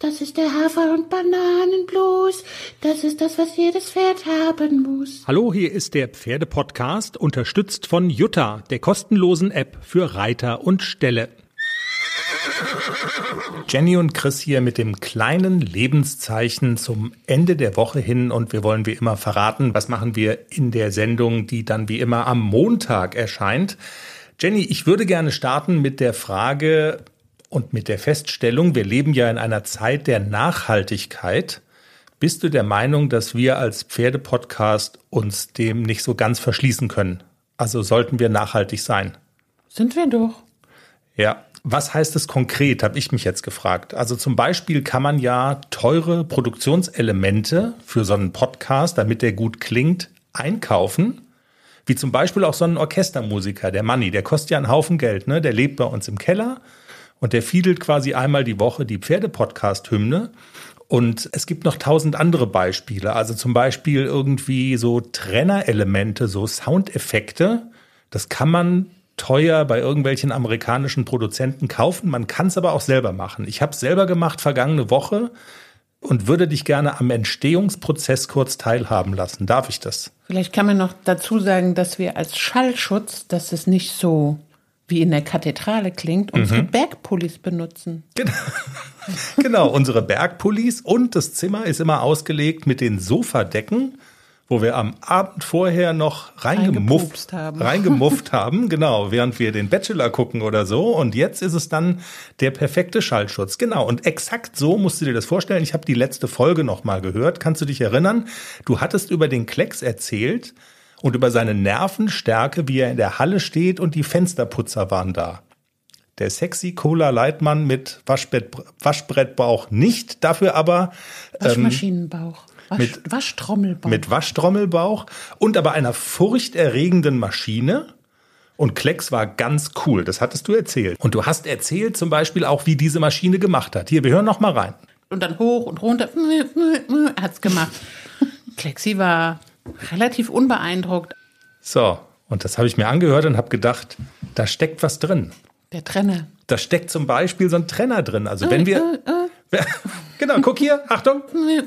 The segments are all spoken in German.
Das ist der Hafer- und Bananenblues. Das ist das, was jedes Pferd haben muss. Hallo, hier ist der Pferde-Podcast, unterstützt von Jutta, der kostenlosen App für Reiter und Ställe. Jenny und Chris hier mit dem kleinen Lebenszeichen zum Ende der Woche hin und wir wollen wie immer verraten, was machen wir in der Sendung, die dann wie immer am Montag erscheint. Jenny, ich würde gerne starten mit der Frage und mit der Feststellung, wir leben ja in einer Zeit der Nachhaltigkeit. Bist du der Meinung, dass wir als Pferdepodcast uns dem nicht so ganz verschließen können? Also sollten wir nachhaltig sein? Sind wir doch. Ja. Was heißt es konkret, habe ich mich jetzt gefragt. Also zum Beispiel kann man ja teure Produktionselemente für so einen Podcast, damit der gut klingt, einkaufen. Wie zum Beispiel auch so einen Orchestermusiker, der Manni, der kostet ja einen Haufen Geld, ne? Der lebt bei uns im Keller und der fiedelt quasi einmal die Woche die Pferde-Podcast-Hymne. Und es gibt noch 1000 andere Beispiele. Also zum Beispiel irgendwie so Trennerelemente, so Soundeffekte. Das kann man teuer bei irgendwelchen amerikanischen Produzenten kaufen. Man kann es aber auch selber machen. Ich habe es selber gemacht vergangene Woche und würde dich gerne am Entstehungsprozess kurz teilhaben lassen. Darf ich das? Vielleicht kann man noch dazu sagen, dass wir als Schallschutz, dass es nicht so wie in der Kathedrale klingt, unsere Bergpullis benutzen. Genau, unsere Bergpullis und das Zimmer ist immer ausgelegt mit den Sofadecken, wo wir am Abend vorher noch reingemufft haben, genau, während wir den Bachelor gucken oder so. Und jetzt ist es dann der perfekte Schallschutz. Genau, und exakt so musst du dir das vorstellen. Ich habe die letzte Folge noch mal gehört. Kannst du dich erinnern? Du hattest über den Klecks erzählt und über seine Nervenstärke, wie er in der Halle steht und die Fensterputzer waren da. Der sexy Cola-Leitmann mit Waschbrettbauch nicht, dafür aber Waschmaschinenbauch. Waschtrommelbauch. Mit Waschtrommelbauch und aber einer furchterregenden Maschine. Und Klecks war ganz cool, das hattest du erzählt. Und du hast erzählt zum Beispiel auch, wie diese Maschine gemacht hat. Hier, wir hören noch mal rein. Und dann hoch und runter hat's gemacht. Klecksi war relativ unbeeindruckt. So, und das habe ich mir angehört und habe gedacht, da steckt was drin. Der Trenner. Da steckt zum Beispiel so ein Trenner drin. Also wenn wir... Genau, guck hier, Achtung.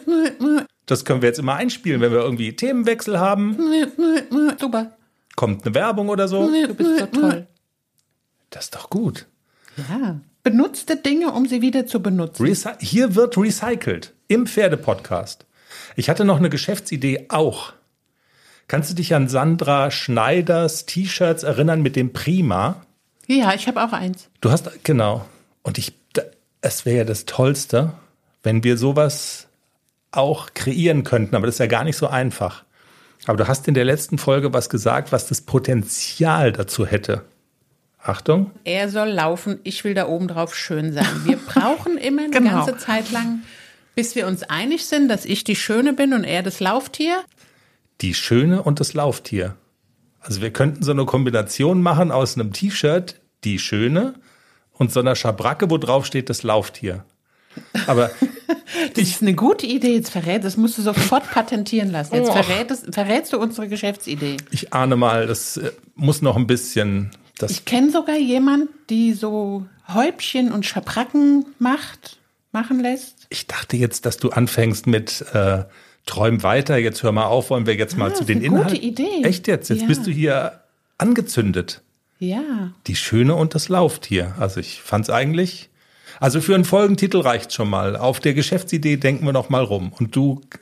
Das können wir jetzt immer einspielen, wenn wir irgendwie Themenwechsel haben. Super. Kommt eine Werbung oder so. Du bist so toll. Das ist doch gut. Ja. Benutzte Dinge, um sie wieder zu benutzen. Hier wird recycelt im Pferdepodcast. Ich hatte noch eine Geschäftsidee auch. Kannst du dich an Sandra Schneiders T-Shirts erinnern mit dem Prima? Ja, ich habe auch eins. Du hast, genau. Und es wäre ja das Tollste, wenn wir sowas auch kreieren könnten. Aber das ist ja gar nicht so einfach. Aber du hast in der letzten Folge was gesagt, was das Potenzial dazu hätte. Achtung. Er soll laufen, ich will da oben drauf schön sein. Wir brauchen immer eine ganze Zeit lang, bis wir uns einig sind, dass ich die Schöne bin und er das Lauftier. Die Schöne und das Lauftier. Also wir könnten so eine Kombination machen aus einem T-Shirt, die Schöne, und so einer Schabracke, wo drauf steht das Lauftier. Aber das ist eine gute Idee. Jetzt das musst du sofort patentieren lassen. Jetzt verrätst du unsere Geschäftsidee. Ich ahne mal, das muss noch ein bisschen... Ich kenne sogar jemanden, die so Häubchen und Schabracken machen lässt. Ich dachte jetzt, dass du anfängst mit Träum weiter. Jetzt hör mal auf, wollen wir jetzt mal zu den Inhalten. Gute Idee. Echt jetzt? Jetzt bist du hier angezündet. Ja. Die Schöne und das Lauftier. Also ich fand's eigentlich... Also für einen Folgentitel reicht's schon mal. Auf der Geschäftsidee denken wir noch mal rum. Und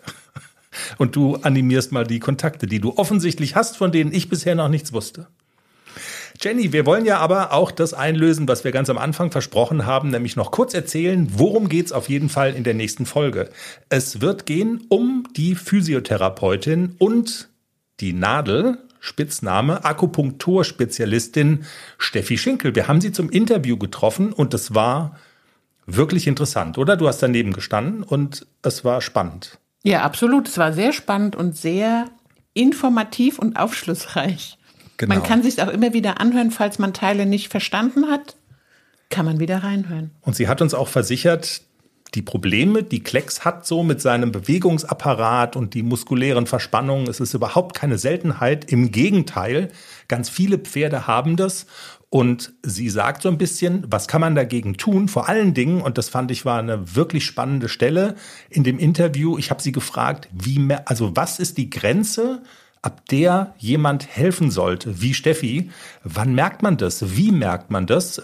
du animierst mal die Kontakte, die du offensichtlich hast, von denen ich bisher noch nichts wusste. Jenny, wir wollen ja aber auch das einlösen, was wir ganz am Anfang versprochen haben, nämlich noch kurz erzählen, worum geht's auf jeden Fall in der nächsten Folge. Es wird gehen um die Physiotherapeutin und die Nadel, Spitzname, Akupunkturspezialistin Steffi Schinkel. Wir haben sie zum Interview getroffen und das war wirklich interessant, oder? Du hast daneben gestanden und es war spannend. Ja, absolut. Es war sehr spannend und sehr informativ und aufschlussreich. Genau. Man kann sich auch immer wieder anhören, falls man Teile nicht verstanden hat, kann man wieder reinhören. Und sie hat uns auch versichert, die Probleme, die Klecks hat so mit seinem Bewegungsapparat und die muskulären Verspannungen, es ist überhaupt keine Seltenheit. Im Gegenteil, ganz viele Pferde haben das Und sie sagt so ein bisschen, was kann man dagegen tun? Vor allen Dingen, und das fand ich war eine wirklich spannende Stelle in dem Interview, ich habe sie gefragt, was ist die Grenze, ab der jemand helfen sollte, wie Steffi? Wann merkt man das? Wie merkt man das?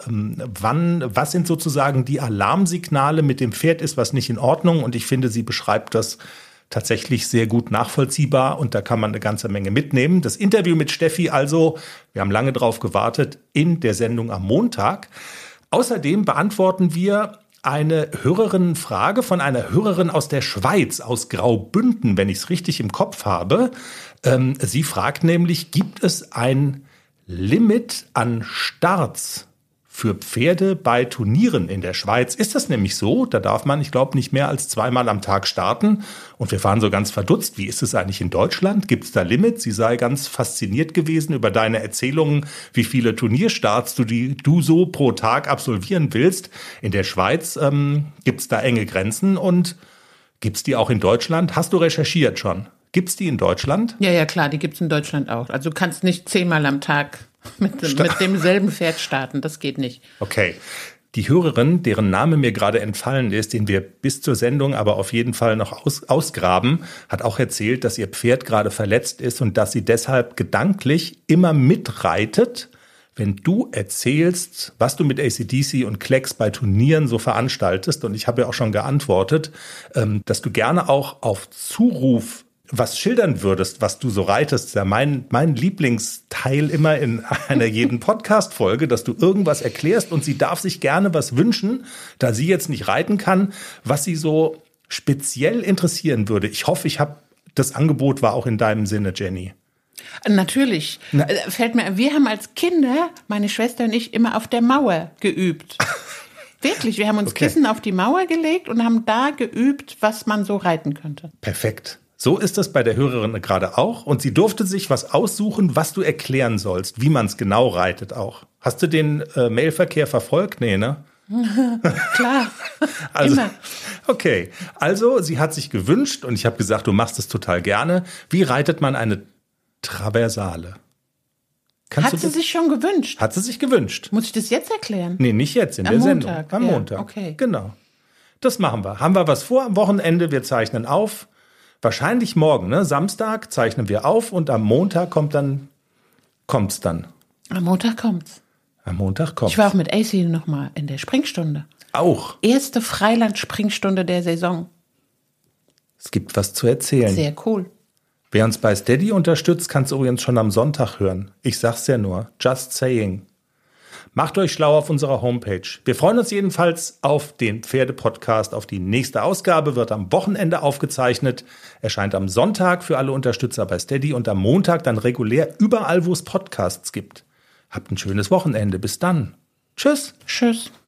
Was sind sozusagen die Alarmsignale, mit dem Pferd ist was nicht in Ordnung? Und ich finde, sie beschreibt das tatsächlich sehr gut nachvollziehbar und da kann man eine ganze Menge mitnehmen. Das Interview mit Steffi also, wir haben lange drauf gewartet, in der Sendung am Montag. Außerdem beantworten wir eine Hörerinnenfrage von einer Hörerin aus der Schweiz, aus Graubünden, wenn ich es richtig im Kopf habe. Sie fragt nämlich, gibt es ein Limit an Starts für Pferde bei Turnieren in der Schweiz? Ist das nämlich so? Da darf man, ich glaube, nicht mehr als 2-mal am Tag starten. Und wir waren so ganz verdutzt. Wie ist es eigentlich in Deutschland? Gibt es da Limits? Sie sei ganz fasziniert gewesen über deine Erzählungen, wie viele Turnierstarts du so pro Tag absolvieren willst. In der Schweiz gibt es da enge Grenzen und gibt es die auch in Deutschland? Hast du recherchiert schon? Gibt es die in Deutschland? Ja, klar, die gibt es in Deutschland auch. Also du kannst nicht 10-mal am Tag mit demselben Pferd starten, das geht nicht. Okay. Die Hörerin, deren Name mir gerade entfallen ist, den wir bis zur Sendung aber auf jeden Fall noch ausgraben, hat auch erzählt, dass ihr Pferd gerade verletzt ist und dass sie deshalb gedanklich immer mitreitet, wenn du erzählst, was du mit AC/DC und Klecks bei Turnieren so veranstaltest. Und ich habe ja auch schon geantwortet, dass du gerne auch auf Zuruf was schildern würdest, was du so reitest. Ja, mein Lieblingsteil immer in einer jeden Podcast-Folge, dass du irgendwas erklärst und sie darf sich gerne was wünschen, da sie jetzt nicht reiten kann, was sie so speziell interessieren würde. Ich hoffe, das Angebot war auch in deinem Sinne, Jenny. Natürlich. Fällt mir, wir haben als Kinder, meine Schwester und ich, immer auf der Mauer geübt. Wirklich, wir haben uns Kissen auf die Mauer gelegt und haben da geübt, was man so reiten könnte. Perfekt. So ist das bei der Hörerin gerade auch. Und sie durfte sich was aussuchen, was du erklären sollst, wie man es genau reitet auch. Hast du den Mailverkehr verfolgt? Nee, ne? Klar, also, immer. Okay, also sie hat sich gewünscht und ich habe gesagt, du machst es total gerne. Wie reitet man eine Traversale? Hat sie sich schon gewünscht? Hat sie sich gewünscht. Muss ich das jetzt erklären? Nee, nicht jetzt, in der Sendung. Am Montag. Okay. Genau. Das machen wir. Haben wir was vor am Wochenende? Wir zeichnen auf. Wahrscheinlich morgen, ne? Samstag zeichnen wir auf und am Montag kommt's dann. Am Montag kommt's. Am Montag kommt's. Ich war auch mit AC nochmal in der Springstunde. Auch? Erste Freiland-Springstunde der Saison. Es gibt was zu erzählen. Sehr cool. Wer uns bei Steady unterstützt, kann es übrigens schon am Sonntag hören. Ich sag's ja nur. Just saying. Macht euch schlau auf unserer Homepage. Wir freuen uns jedenfalls auf den Pferde-Podcast, auf die nächste Ausgabe, wird am Wochenende aufgezeichnet, erscheint am Sonntag für alle Unterstützer bei Steady und am Montag dann regulär überall, wo es Podcasts gibt. Habt ein schönes Wochenende. Bis dann. Tschüss. Tschüss.